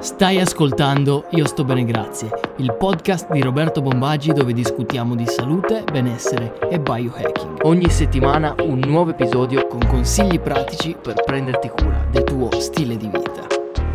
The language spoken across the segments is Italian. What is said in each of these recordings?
Stai ascoltando Io sto bene grazie, il podcast di Roberto Bombaggi dove discutiamo di salute, benessere e biohacking. Ogni settimana un nuovo episodio con consigli pratici per prenderti cura del tuo stile di vita.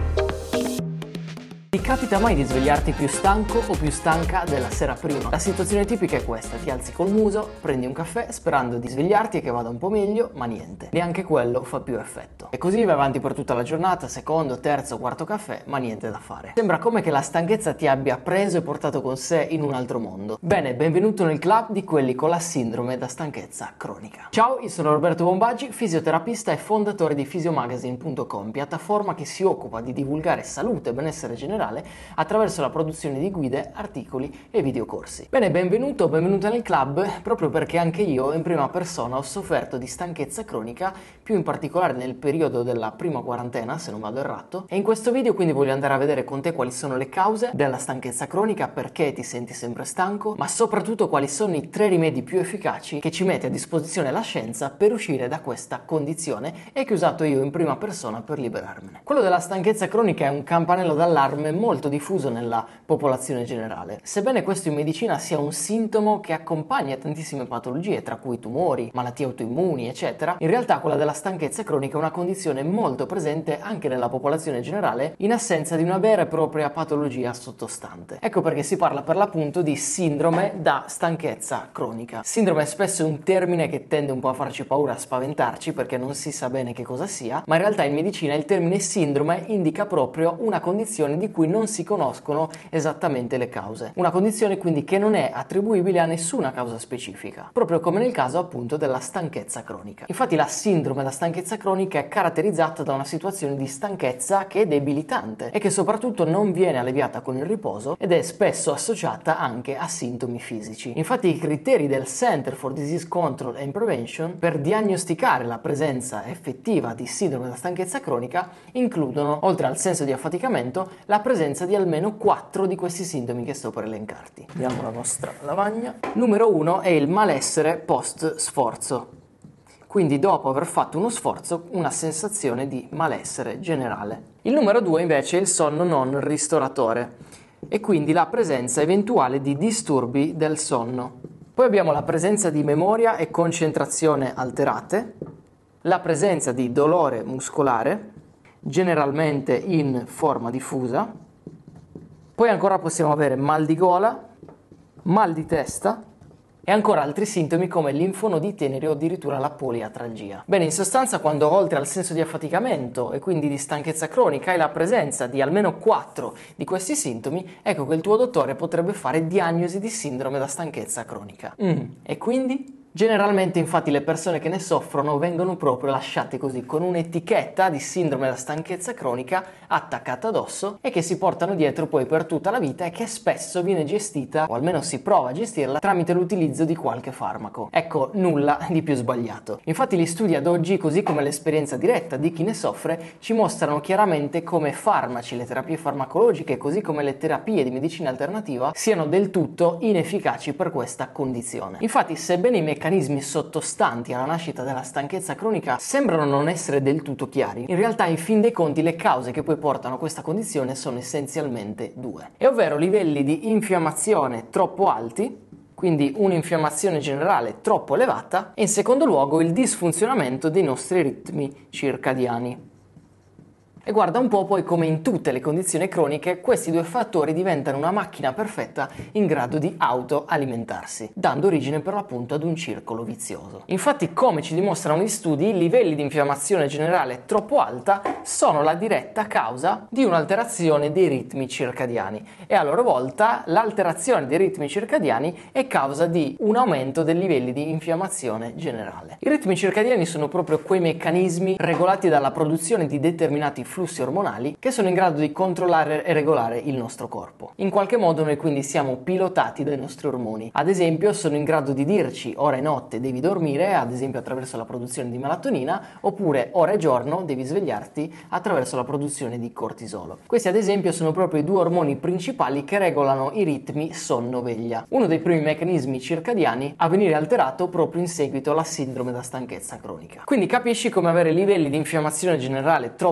Ti capita mai di svegliarti più stanco o più stanca della sera prima? La situazione tipica è questa: ti alzi col muso, prendi un caffè sperando di svegliarti e che vada un po' meglio, ma niente, neanche quello fa più effetto. E così vai avanti per tutta la giornata, secondo, terzo, quarto caffè, ma niente da fare. Sembra come che la stanchezza ti abbia preso e portato con sé in un altro mondo. Bene, benvenuto nel club di quelli con la sindrome da stanchezza cronica. Ciao, io sono Roberto Bombaggi, fisioterapista e fondatore di Physiomagazine.com, piattaforma che si occupa di divulgare salute e benessere generale attraverso la produzione di guide, articoli e videocorsi. Bene, benvenuta nel club, proprio perché anche io in prima persona ho sofferto di stanchezza cronica, più in particolare nel periodo della prima quarantena, se non vado errato, e in questo video quindi voglio andare a vedere con te quali sono le cause della stanchezza cronica, perché ti senti sempre stanco, ma soprattutto quali sono i 3 rimedi più efficaci che ci mette a disposizione la scienza per uscire da questa condizione e che ho usato io in prima persona per liberarmene. Quello della stanchezza cronica è un campanello d'allarme molto diffuso nella popolazione generale. Sebbene questo in medicina sia un sintomo che accompagna tantissime patologie, tra cui tumori, malattie autoimmuni, eccetera, in realtà quella della stanchezza cronica è una condizione molto presente anche nella popolazione generale in assenza di una vera e propria patologia sottostante. Ecco perché si parla per l'appunto di sindrome da stanchezza cronica. Sindrome è spesso un termine che tende un po' a farci paura, a spaventarci perché non si sa bene che cosa sia, ma in realtà in medicina il termine sindrome indica proprio una condizione di cui non si conoscono esattamente le cause. Una condizione quindi che non è attribuibile a nessuna causa specifica, proprio come nel caso appunto della stanchezza cronica. Infatti la sindrome da stanchezza cronica è caratterizzata da una situazione di stanchezza che è debilitante e che soprattutto non viene alleviata con il riposo ed è spesso associata anche a sintomi fisici. Infatti i criteri del Center for Disease Control and Prevention per diagnosticare la presenza effettiva di sindrome da stanchezza cronica includono, oltre al senso di affaticamento, la presenza di almeno 4 di questi sintomi che sto per elencarti. Vediamo la nostra lavagna. Numero 1 è il malessere post sforzo. Quindi dopo aver fatto uno sforzo, una sensazione di malessere generale. Il numero 2 invece è il sonno non ristoratore e quindi la presenza eventuale di disturbi del sonno. Poi abbiamo la presenza di memoria e concentrazione alterate, la presenza di dolore muscolare, generalmente in forma diffusa. Poi ancora possiamo avere mal di gola, mal di testa e ancora altri sintomi come linfonodite neri o addirittura la poliatralgia. Bene, in sostanza, quando oltre al senso di affaticamento e quindi di stanchezza cronica hai la presenza di almeno 4 di questi sintomi, ecco che il tuo dottore potrebbe fare diagnosi di sindrome da stanchezza cronica. E quindi? Generalmente infatti le persone che ne soffrono vengono proprio lasciate così, con un'etichetta di sindrome da stanchezza cronica attaccata addosso e che si portano dietro poi per tutta la vita e che spesso viene gestita, o almeno si prova a gestirla, tramite l'utilizzo di qualche farmaco. Ecco, nulla di più sbagliato. Infatti gli studi ad oggi, così come l'esperienza diretta di chi ne soffre, ci mostrano chiaramente come farmaci, le terapie farmacologiche, così come le terapie di medicina alternativa, siano del tutto inefficaci per questa condizione. Infatti, sebbene i meccanismi sottostanti alla nascita della stanchezza cronica sembrano non essere del tutto chiari, in realtà in fin dei conti le cause che poi portano a questa condizione sono essenzialmente 2, e ovvero livelli di infiammazione troppo alti, quindi un'infiammazione generale troppo elevata, e in secondo luogo il disfunzionamento dei nostri ritmi circadiani. E guarda un po' poi come in tutte le condizioni croniche questi 2 fattori diventano una macchina perfetta in grado di autoalimentarsi, dando origine per l'appunto ad un circolo vizioso. Infatti, come ci dimostrano gli studi, i livelli di infiammazione generale troppo alta sono la diretta causa di un'alterazione dei ritmi circadiani e a loro volta l'alterazione dei ritmi circadiani è causa di un aumento dei livelli di infiammazione generale. I ritmi circadiani sono proprio quei meccanismi regolati dalla produzione di determinati flussi ormonali che sono in grado di controllare e regolare il nostro corpo. In qualche modo noi quindi siamo pilotati dai nostri ormoni. Ad esempio sono in grado di dirci ora e notte devi dormire, ad esempio attraverso la produzione di melatonina, oppure ora e giorno devi svegliarti attraverso la produzione di cortisolo. Questi ad esempio sono proprio i 2 ormoni principali che regolano i ritmi sonno-veglia, uno dei primi meccanismi circadiani a venire alterato proprio in seguito alla sindrome da stanchezza cronica. Quindi capisci come avere livelli di infiammazione generale troppo elevati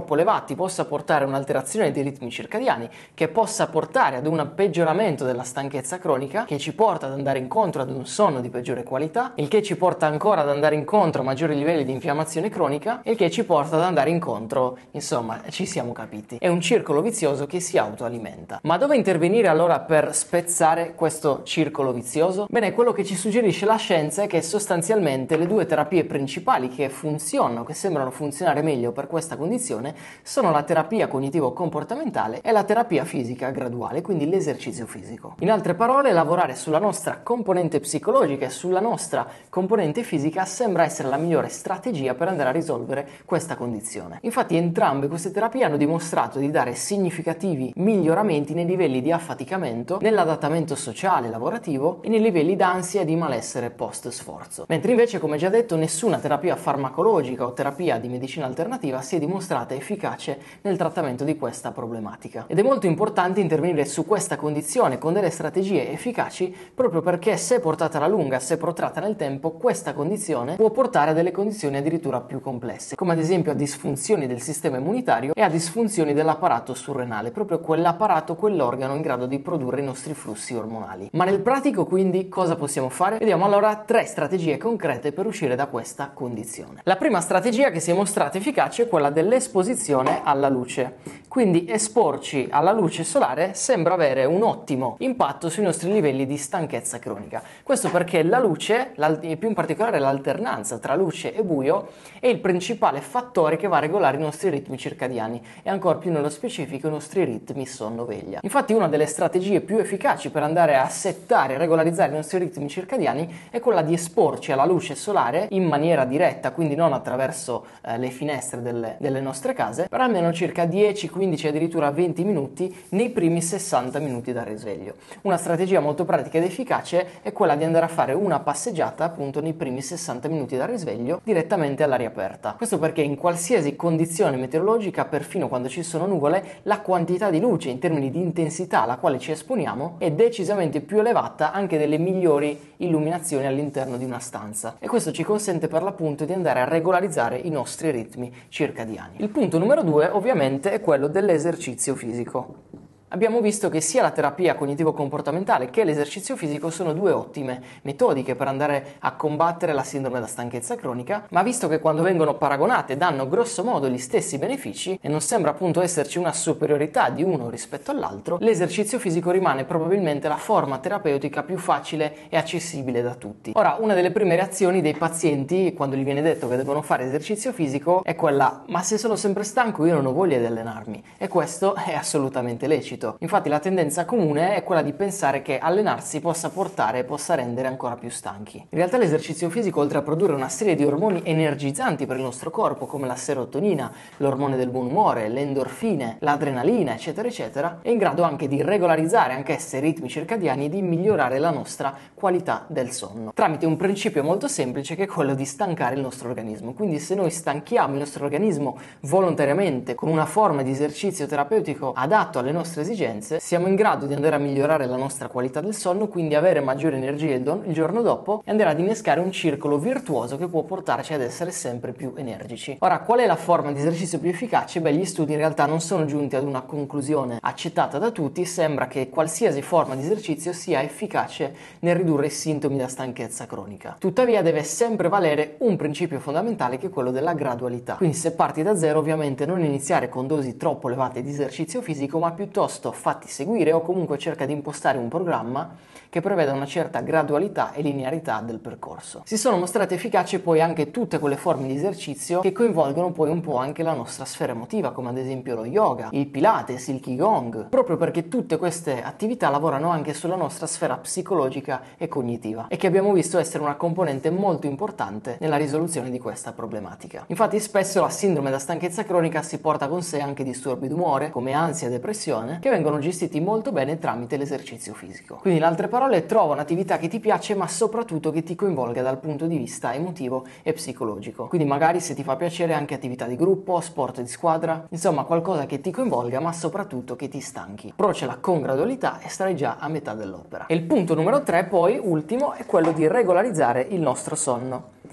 infatti possa portare a un'alterazione dei ritmi circadiani, che possa portare ad un peggioramento della stanchezza cronica, che ci porta ad andare incontro ad un sonno di peggiore qualità, il che ci porta ancora ad andare incontro a maggiori livelli di infiammazione cronica, e il che ci porta ad andare incontro, insomma, ci siamo capiti. È un circolo vizioso che si autoalimenta. Ma dove intervenire allora per spezzare questo circolo vizioso? Bene, quello che ci suggerisce la scienza è che sostanzialmente le due terapie principali che funzionano, che sembrano funzionare meglio per questa condizione, sono la terapia cognitivo-comportamentale e la terapia fisica graduale, quindi l'esercizio fisico. In altre parole, lavorare sulla nostra componente psicologica e sulla nostra componente fisica sembra essere la migliore strategia per andare a risolvere questa condizione. Infatti entrambe queste terapie hanno dimostrato di dare significativi miglioramenti nei livelli di affaticamento, nell'adattamento sociale e lavorativo e nei livelli d'ansia e di malessere post sforzo. Mentre invece, come già detto, nessuna terapia farmacologica o terapia di medicina alternativa si è dimostrata efficace nel trattamento di questa problematica. Ed è molto importante intervenire su questa condizione con delle strategie efficaci, proprio perché se portata alla lunga, se protratta nel tempo, questa condizione può portare a delle condizioni addirittura più complesse, come ad esempio a disfunzioni del sistema immunitario e a disfunzioni dell'apparato surrenale, proprio quell'apparato, quell'organo in grado di produrre i nostri flussi ormonali. Ma nel pratico quindi cosa possiamo fare? Vediamo allora 3 strategie concrete per uscire da questa condizione. La prima strategia che si è mostrata efficace è quella dell'esposizione alla luce. Quindi esporci alla luce solare sembra avere un ottimo impatto sui nostri livelli di stanchezza cronica. Questo perché la luce, e più in particolare l'alternanza tra luce e buio, è il principale fattore che va a regolare i nostri ritmi circadiani e ancora più nello specifico i nostri ritmi sonno-veglia. Infatti una delle strategie più efficaci per andare a settare e regolarizzare i nostri ritmi circadiani è quella di esporci alla luce solare in maniera diretta, quindi non attraverso le finestre delle nostre case, per almeno circa 10, 15, addirittura 20 minuti nei primi 60 minuti dal risveglio. Una strategia molto pratica ed efficace è quella di andare a fare una passeggiata appunto nei primi 60 minuti dal risveglio direttamente all'aria aperta. Questo perché in qualsiasi condizione meteorologica, perfino quando ci sono nuvole, la quantità di luce in termini di intensità alla quale ci esponiamo è decisamente più elevata anche delle migliori illuminazioni all'interno di una stanza, e questo ci consente per l'appunto di andare a regolarizzare i nostri ritmi circadiani. Il punto numero 2 ovviamente è quello dell'esercizio fisico. Abbiamo visto che sia la terapia cognitivo-comportamentale che l'esercizio fisico sono due ottime metodiche per andare a combattere la sindrome da stanchezza cronica, ma visto che quando vengono paragonate danno grosso modo gli stessi benefici e non sembra appunto esserci una superiorità di uno rispetto all'altro, l'esercizio fisico rimane probabilmente la forma terapeutica più facile e accessibile da tutti. Ora, una delle prime reazioni dei pazienti quando gli viene detto che devono fare esercizio fisico è quella: ma se sono sempre stanco io non ho voglia di allenarmi, e questo è assolutamente lecito. Infatti la tendenza comune è quella di pensare che allenarsi possa rendere ancora più stanchi. In realtà l'esercizio fisico, oltre a produrre una serie di ormoni energizzanti per il nostro corpo come la serotonina, l'ormone del buon umore, le endorfine, l'adrenalina, eccetera eccetera, è in grado anche di regolarizzare anch'esse i ritmi circadiani e di migliorare la nostra qualità del sonno, tramite un principio molto semplice che è quello di stancare il nostro organismo. Quindi se noi stanchiamo il nostro organismo volontariamente con una forma di esercizio terapeutico adatto alle nostre esigenze, siamo in grado di andare a migliorare la nostra qualità del sonno, quindi avere maggiore energia il giorno dopo e andare ad innescare un circolo virtuoso che può portarci ad essere sempre più energici. Ora, qual è la forma di esercizio più efficace? Beh, gli studi in realtà non sono giunti ad una conclusione accettata da tutti. Sembra che qualsiasi forma di esercizio sia efficace nel ridurre i sintomi da stanchezza cronica. Tuttavia deve sempre valere un principio fondamentale, che è quello della gradualità. Quindi se parti da zero, ovviamente non iniziare con dosi troppo elevate di esercizio fisico, ma piuttosto fatti seguire o comunque cerca di impostare un programma che preveda una certa gradualità e linearità del percorso. Si sono mostrate efficaci poi anche tutte quelle forme di esercizio che coinvolgono poi un po' anche la nostra sfera emotiva, come ad esempio lo yoga, il pilates, il qigong, proprio perché tutte queste attività lavorano anche sulla nostra sfera psicologica e cognitiva, e che abbiamo visto essere una componente molto importante nella risoluzione di questa problematica. Infatti spesso la sindrome da stanchezza cronica si porta con sé anche disturbi d'umore come ansia e depressione, che vengono gestiti molto bene tramite l'esercizio fisico. Quindi in altre parole, trova un'attività che ti piace, ma soprattutto che ti coinvolga dal punto di vista emotivo e psicologico. Quindi magari, se ti fa piacere, anche attività di gruppo, sport di squadra, insomma qualcosa che ti coinvolga ma soprattutto che ti stanchi. Procela con gradualità e starai già a metà dell'opera. E il punto numero 3, poi ultimo, è quello di regolarizzare il nostro sonno.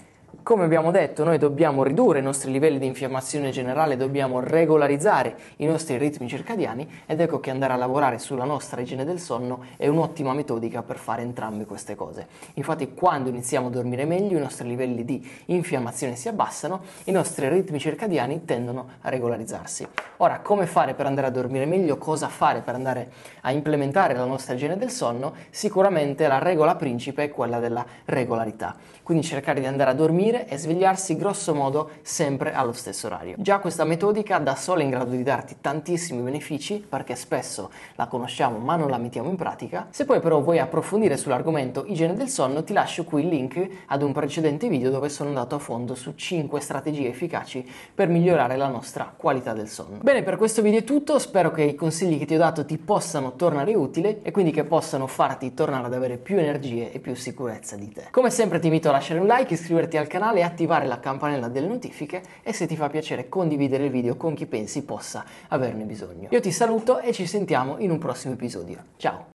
Come abbiamo detto, noi dobbiamo ridurre i nostri livelli di infiammazione generale, dobbiamo regolarizzare i nostri ritmi circadiani ed ecco che andare a lavorare sulla nostra igiene del sonno è un'ottima metodica per fare entrambe queste cose. Infatti quando iniziamo a dormire meglio i nostri livelli di infiammazione si abbassano, i nostri ritmi circadiani tendono a regolarizzarsi. Ora, come fare per andare a dormire meglio? Cosa fare per andare a implementare la nostra igiene del sonno? Sicuramente la regola principe è quella della regolarità, quindi cercare di andare a dormire e svegliarsi grosso modo sempre allo stesso orario. Già questa metodica da sola è in grado di darti tantissimi benefici perché spesso la conosciamo ma non la mettiamo in pratica. Se poi però vuoi approfondire sull'argomento igiene del sonno, ti lascio qui il link ad un precedente video dove sono andato a fondo su 5 strategie efficaci per migliorare la nostra qualità del sonno. Bene, per questo video è tutto, spero che i consigli che ti ho dato ti possano tornare utili e quindi che possano farti tornare ad avere più energie e più sicurezza di te. Come sempre ti invito a lasciare un like, iscriverti al canale e attivare la campanella delle notifiche e se ti fa piacere condividere il video con chi pensi possa averne bisogno. Io ti saluto e ci sentiamo in un prossimo episodio. Ciao!